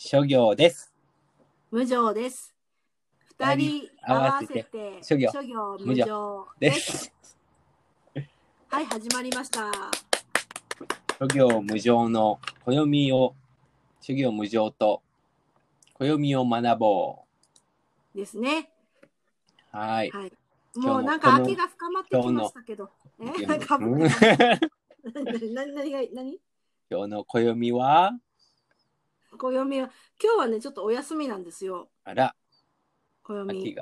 諸行です。 無常です。二人合わせて諸行無常です。はい、始まりました。 諸行無常の暦を、諸行無常と暦を学ぼうですね。 はい。 もうなんか秋が深まってきましたけど。何今日の暦は暦は今日はねちょっとお休みなんですよ。 あら、 暦。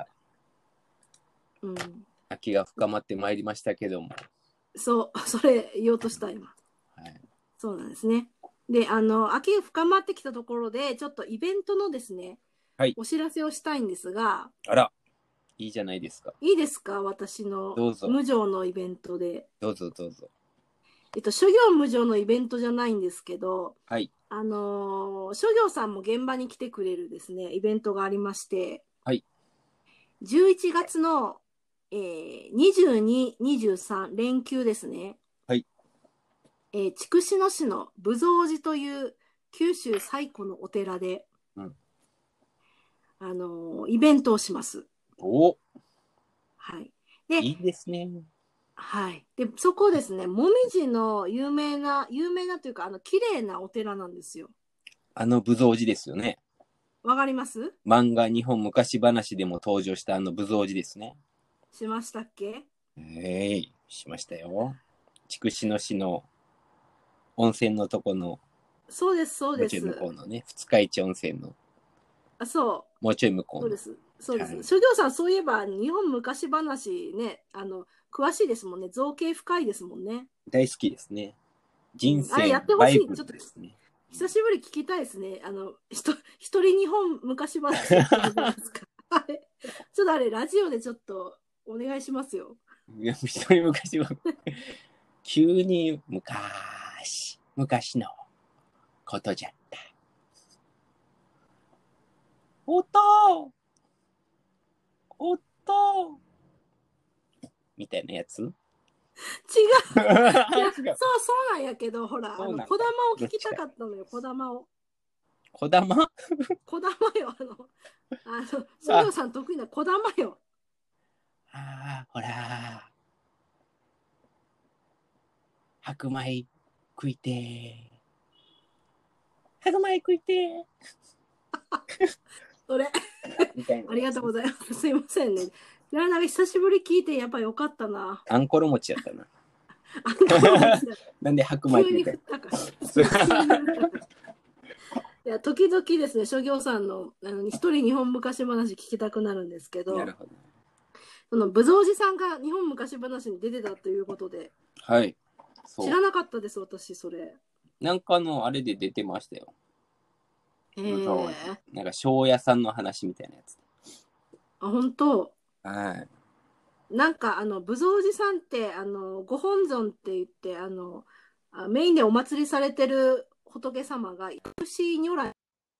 秋が深まってまいりましたけども。 そう、それ言おうとした今。はい。そうなんですね。で、秋が深まってきたところで、ちょっとイベントのですね、はい、お知らせをしたいんですが。 あら、いいじゃないですか。 いいですか、私の無常のイベントで。 どうぞどうぞ。 諸行無常のイベントじゃないんですけど、 はい。 諸行さんも現場に来てくれるですね、イベントがありまして、 はい。 11月の、22、23連休ですね。 はい。 筑紫野市の武蔵寺という九州最古のお寺で、イベントをします。 お。 はい。 で、いいですね。 はい。で、そこですね、もみじの有名なというか、綺麗なお寺なんですよ。 武蔵寺ですよね。 わかります？ 漫画日本昔話でも登場した武蔵寺ですね。 しましたっけ？ しましたよ。筑紫野市の温泉のとこの。 そうです、そうです。 もうちょい向こうのね、二日市温泉の。 そう。 もうちょい向こうの。 そうです。そうです。諸行さん、そういえば、日本昔話ね、詳しいですもんね。造形深いですもんね。 大好きですね。人生、 あれやってほしい。ちょっとですね。久しぶり聞きたいですね。一人日本昔話やってるじゃないですか。あれ、ちょっとあれ、ラジオでちょっとお願いしますよ。 いや、一人昔は、急に昔のことじゃった。おっとみたいなやつ？違う。 そうなんやけど、ほら、小玉を聞きたかったのよ、小玉を。 小玉よ、 諸行さん得意な小玉よ。 ほら。白米食いてそれありがとうございます。すいませんね。いや、なんか久しぶり聞いてやっぱよかったな。 あんころ餅やったな。なんで白米食いたい？ いや、時々ですね、諸行さんの一人日本昔話聞きたくなるんですけど、なるほど。その武蔵寺さんが日本昔話に出てたということで、 はい。 知らなかったです、私、それ。 なんかあれで出てましたよ。なんか庄屋さんの話みたいなやつ。 あ、本当？ はい。 なんか武蔵寺さんってご本尊って言ってメインでお祭りされてる仏様が薬師如来。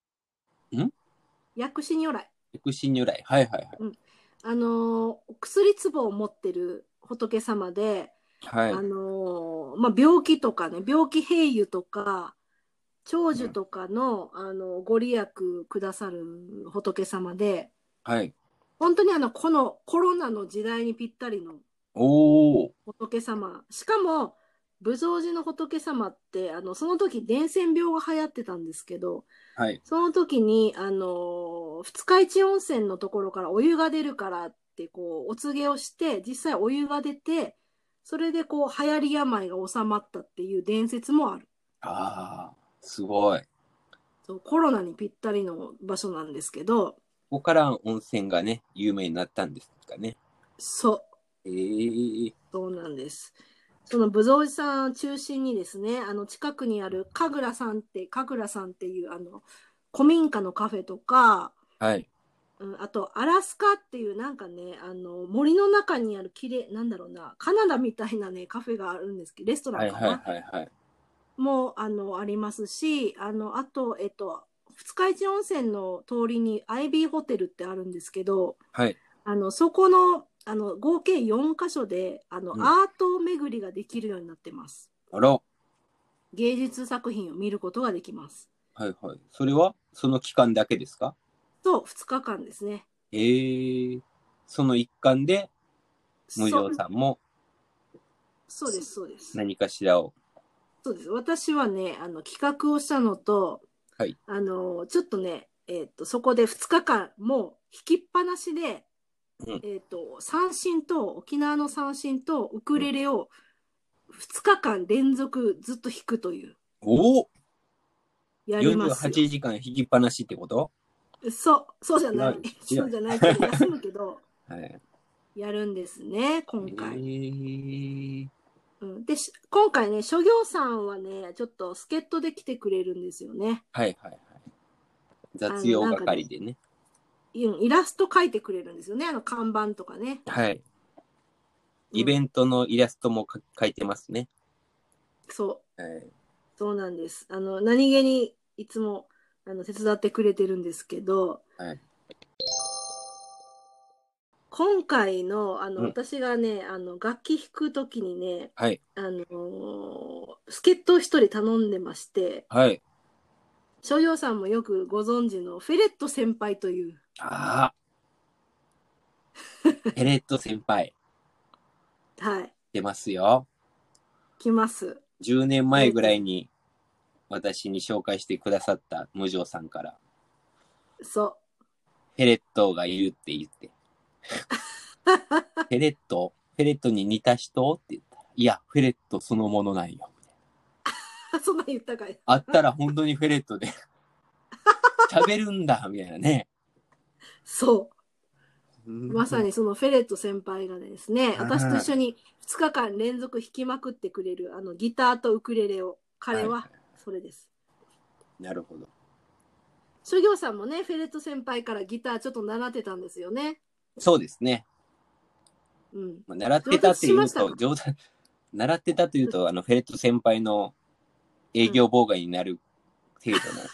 薬師如来。 薬師如来。はいはいはい。 薬壺を持ってる仏様で、 はい。 病気とかね、病気平癒とか、長寿とかの、ご利益くださる仏様で、はい。本当にこのコロナの時代にぴったりの仏様。しかも、武蔵寺の仏様って、その時伝染病が流行ってたんですけど、はい、その時に、二日市温泉のところからお湯が出るからって、お告げをして、実際お湯が出て、それで流行り病が収まったっていう伝説もある。 ああ、すごい。 そう、コロナにぴったりの場所なんですけど。 ここから温泉がね、有名になったんですかね。 そう。そうなんです。その武蔵寺さん中心にですね、近くにある神楽さんっていう古民家のカフェとか、はい。あと、アラスカっていうなんかね、森の中にあるなんだろうな、カナダみたいなね、カフェがあるんですけど、レストランかな。もありますし、あと、二日市温泉の通りにアイビーホテルってあるんですけど、はい。そこの、合計4カ所で、アート巡りができるようになってます。あら。芸術作品を見ることができます。 はいはい。それはその期間だけですか？ そう、2日間ですね。 その一環で、無そう、 常さんもそうです、そうです。 何かしらを。 そうです。私はね、企画をしたのと、 はい。 ちょっとね、そこで2日間、もう弾きっぱなしで、 うん。 三振と、沖縄の三振とウクうん、 レレを2日間連続ずっと弾くという、 おお、 やり 48 ますよ。 時間弾きっぱなしってこと？ そうじゃない。 違そうう。 じゃないけど、休むけど、 はい。 やるんですね、今回。 ー、 うん、で、今回ね、諸行さんはね、ちょっと助っ人で来てくれるんですよね。 はいはいはい。雑用なんかね、 係でね。 イラスト描いてくれるんですよね、看板とかね。 はい。イベうん、 ントのイラストも描いてますね。 そう、 はい。 そうなんです。何気にいつも、手伝ってくれてるんですけど、 はい。 今回の、 うん。 私がね、楽器弾くときにね、 はい。 助っ人を一人頼んでまして、 はい。 諸行さんもよくご存知のフェレット先輩という、 ああ、ペレット先輩、 はい、 出ますよ。 来ます。 10年前ぐらいに私に紹介してくださった無常さんから、 そフェレットがいるって言って、フェレットに似た人って言ったら、いや、フェレットそのものないよ。 う。そんな言ったかい。 あったら本当にフェレットで喋るんだ、みたいなね。 そう。まさにそのフェレット先輩がですね、私と一緒に2日間連続弾きまくってくれる、ギターとウクレレを、彼はい。 はそれです。 なるほど。 諸行さんもね、フェレット先輩からギターちょっと習ってたんですよね。 そうですね。 うん。 まあ、習って上達たっていうしましたか？ と、冗談、習ってたというと、フェレット先輩の営業うん。 妨害になる程度の、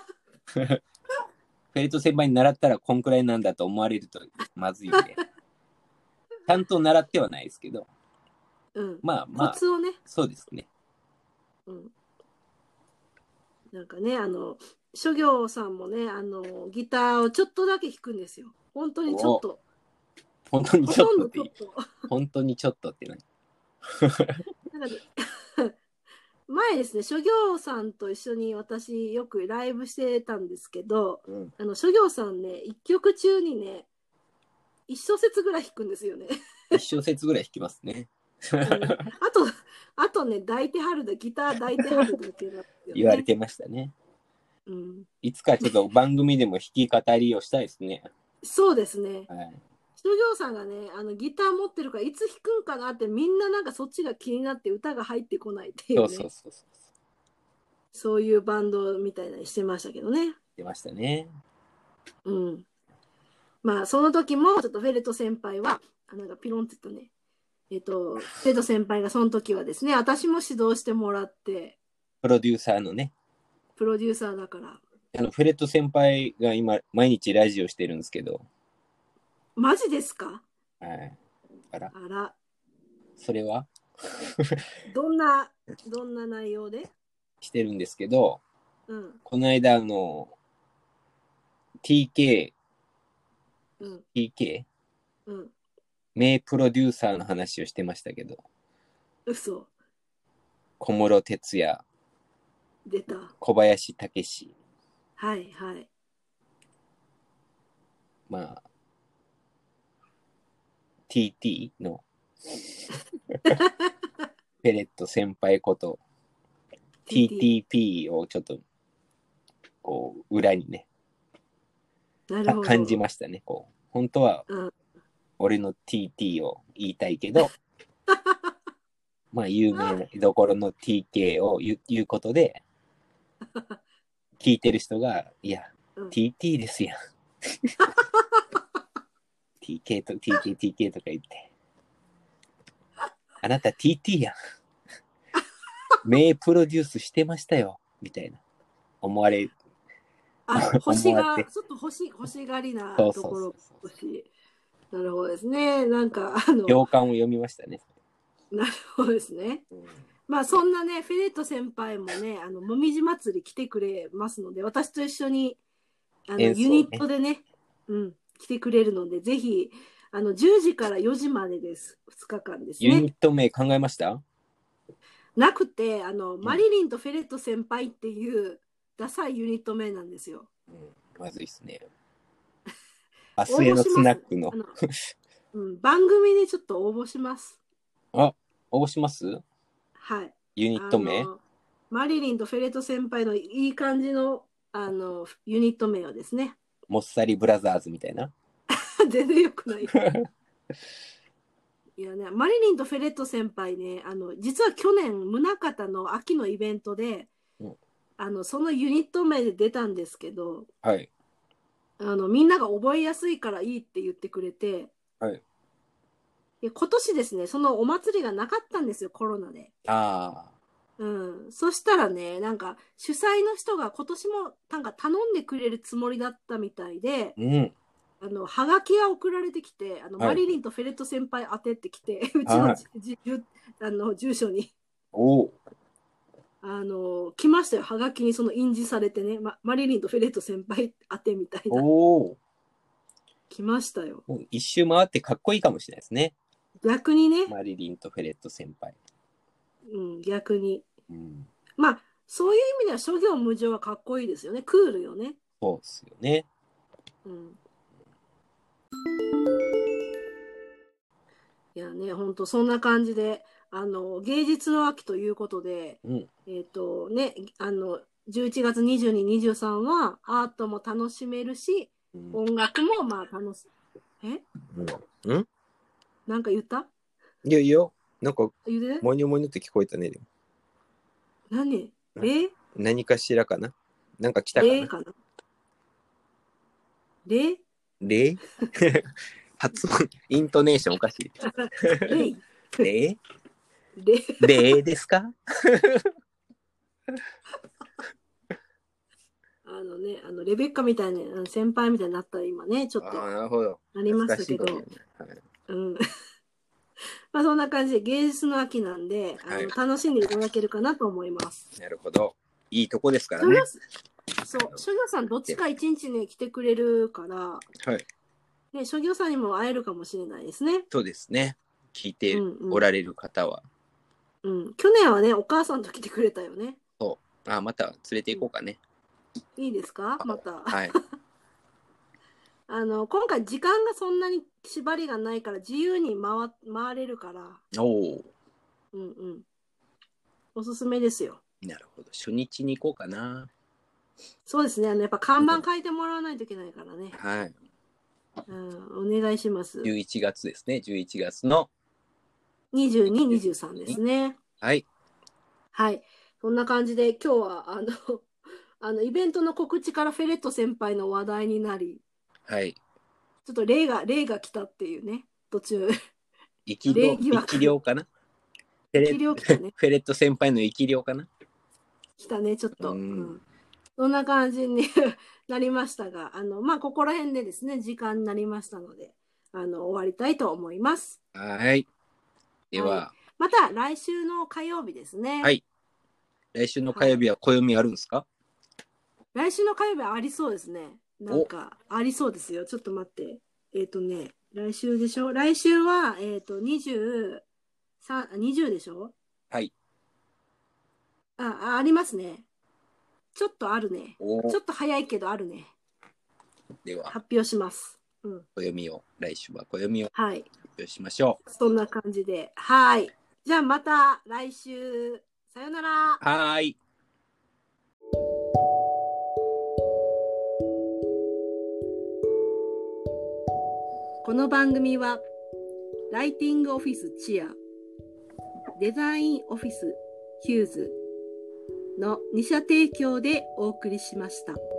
フェレット先輩に習ったらこんくらいなんだと思われるとまずいんで、ちゃんと習ってはないですけど、 うん。 まあまあ、 コツをね、 そうですね。 うん。なんかね、諸行さんもね、ギターをちょっとだけ弾くんですよ。本当にちょっお、 と。 本当にほとんちょっとって、 どちょっと。 本当にちょっとって何？ なんかね前ですね、諸行さんと一緒に私よくライブしてたんですけど、 うん。 諸行さんね、一曲中にね、一小節ぐらい弾くんですよね。 一小節ぐらい弾きますね。 うん、あとね、抱いてはるだ、ギター抱いてはるだけなんですよね。 言われてましたね。 うん、 いつかちょっと番組でも弾き語りをしたいですね。 そうですね。 はい。 諸行さんがね、ギター持ってるからいつ弾くんかなってみんななんかそっちが気になって歌が入ってこないっていそううね、 そうそうそう。 そういうバンドみたいなにしてましたけどね。 出ましたね。 うん。まあ、その時もちょっとフェレット先輩は、なんかピロンって言ったね。フェレット先輩がその時はですね、私も指導してもらって、 プロデューサーのね、 プロデューサーだから。 フェレット先輩が今、毎日ラジオしてるんですけど、 マジですか？ はい。あら、 あら、 それはどんな内容で？ してるんですけど、 うん、 この間、TK、 うん、 TK、 うん。 名プロデューサーの話をしてましたけど、 嘘。 小室哲哉、 出た。 小林武史、 はい、はい。 まあ、TT のフェレット先輩こと TT。 TTP をちょっと、こう、裏にね、 なるほ感じど。 ましたね。こう、本当はうん。 俺の TT を言いたいけど、まあ、有名などころの TK を言うことで、聞いてる人が、いや、 うん、 TT ですやん。TK と TK とか言って。あなた TT やん。名プロデュースしてましたよ。みたいな。思われ、思われて。 ちょっと欲しがりなそうところそうそうそう。 欲しい。なるほどですね。なんか、 行間を読みましたね。 なるほどですね。 うん、 まあそんなね、フェレット先輩もね、もみじ祭り来てくれますので、私と一緒に、 演奏ねユニットでね、来てくれるので、ぜひ、10時から4時までです。2日間ですね。 ユニット名考えました？ なくて、マリリンとフェレット先輩っていうダサいユニット名なんですよ。 まずいっすね。明日へのスナックの。 番組にちょっと応募します。 あ、応募します？ はい。 ユニット名？ マリリンとフェレット先輩のいい感じの、ユニット名をですね。 もっさりブラザーズみたいな。 全然よくない。いやね、マリリンとフェレット先輩ね、実は去年、宗像の秋のイベントで、そのユニット名で出たんですけど、 はい。 みんなが覚えやすいからいいって言ってくれて、 はい。 で今年ですね、そのお祭りがなかったんですよ、コロナで。 ああ。 そしたらね、なんか主催の人が今年もなんか頼んでくれるつもりだったみたいで、はがきが送られてきて、マリリンとフェレット先輩当てってきて、うちの住所に。来ましたよ、はがきにその印字されてね、マリリンとフェレット先輩当てみたいな。来ましたよ。 もう一周回ってかっこいいかもしれないですね。 逆にね。 マリリンとフェレット先輩。 逆に。まあ、そういう意味では諸行無常はかっこいいですよね。クールよね。 そうですよね。 いやね、ほんとそんな感じで、芸術の秋ということで、ね、11月22、23はアートも楽しめるし、音楽もまあ楽しなんか言った？ いやいや、なんか、もにょもにょって聞こえたね。でも何かしらかな？なんか来たかな？例発音、イントネーションおかしい。例ですか？ レベッカみたいな先輩みたいになったら今ね、ちょっとなりましたけど。まあそんな感じで芸術の秋なんで、楽しんでいただけるかなと思います。 なるほど。いいとこですからね。 そう、諸行さんどっちか一日ね、来てくれるから、はい。ね、諸行さんにも会えるかもしれないですね。 そうですね。聞いておられる方は。 去年はね、お母さんと来てくれたよね。 そう。また連れて行こうかね。 いいですか？また。 はい。 今回時間がそんなに縛りがないから自由に回れるから。おすすめですよ。 なるほど。初日に行こうかな。 そうですね。やっぱ看板書いてもらわないといけないからね。 はい。 お願いします。 11月ですね。11月の 22、23ですね。 はい。 はい。そんな感じで今日はイベントの告知からフェレット先輩の話題になり、 はい。 ちょっと霊が来たっていうね、途中。 生き量かな？フェレット先輩の生き量かな？ 来たね、ちょっと。そんな感じになりましたが、まあ、ここら辺でですね、時間になりましたので、終わりたいと思います。 はい。では、 また来週の火曜日ですね。 はい。来週の火曜日は暦あるんですか？ 来週の火曜日はありそうですね。なんか、ありそうですよ。ちょっと待って。来週でしょ？来週は、20でしょ？ はい。 ありますね。ちょっとあるね。ちょっと早いけどあるね。 では、 発表します。 来週は暦を発表しましょう。そんな感じで。はい。じゃあまた来週。さよなら。 はい。 この番組は、ライティングオフィスチア、デザインオフィスヒューズの2社提供でお送りしました。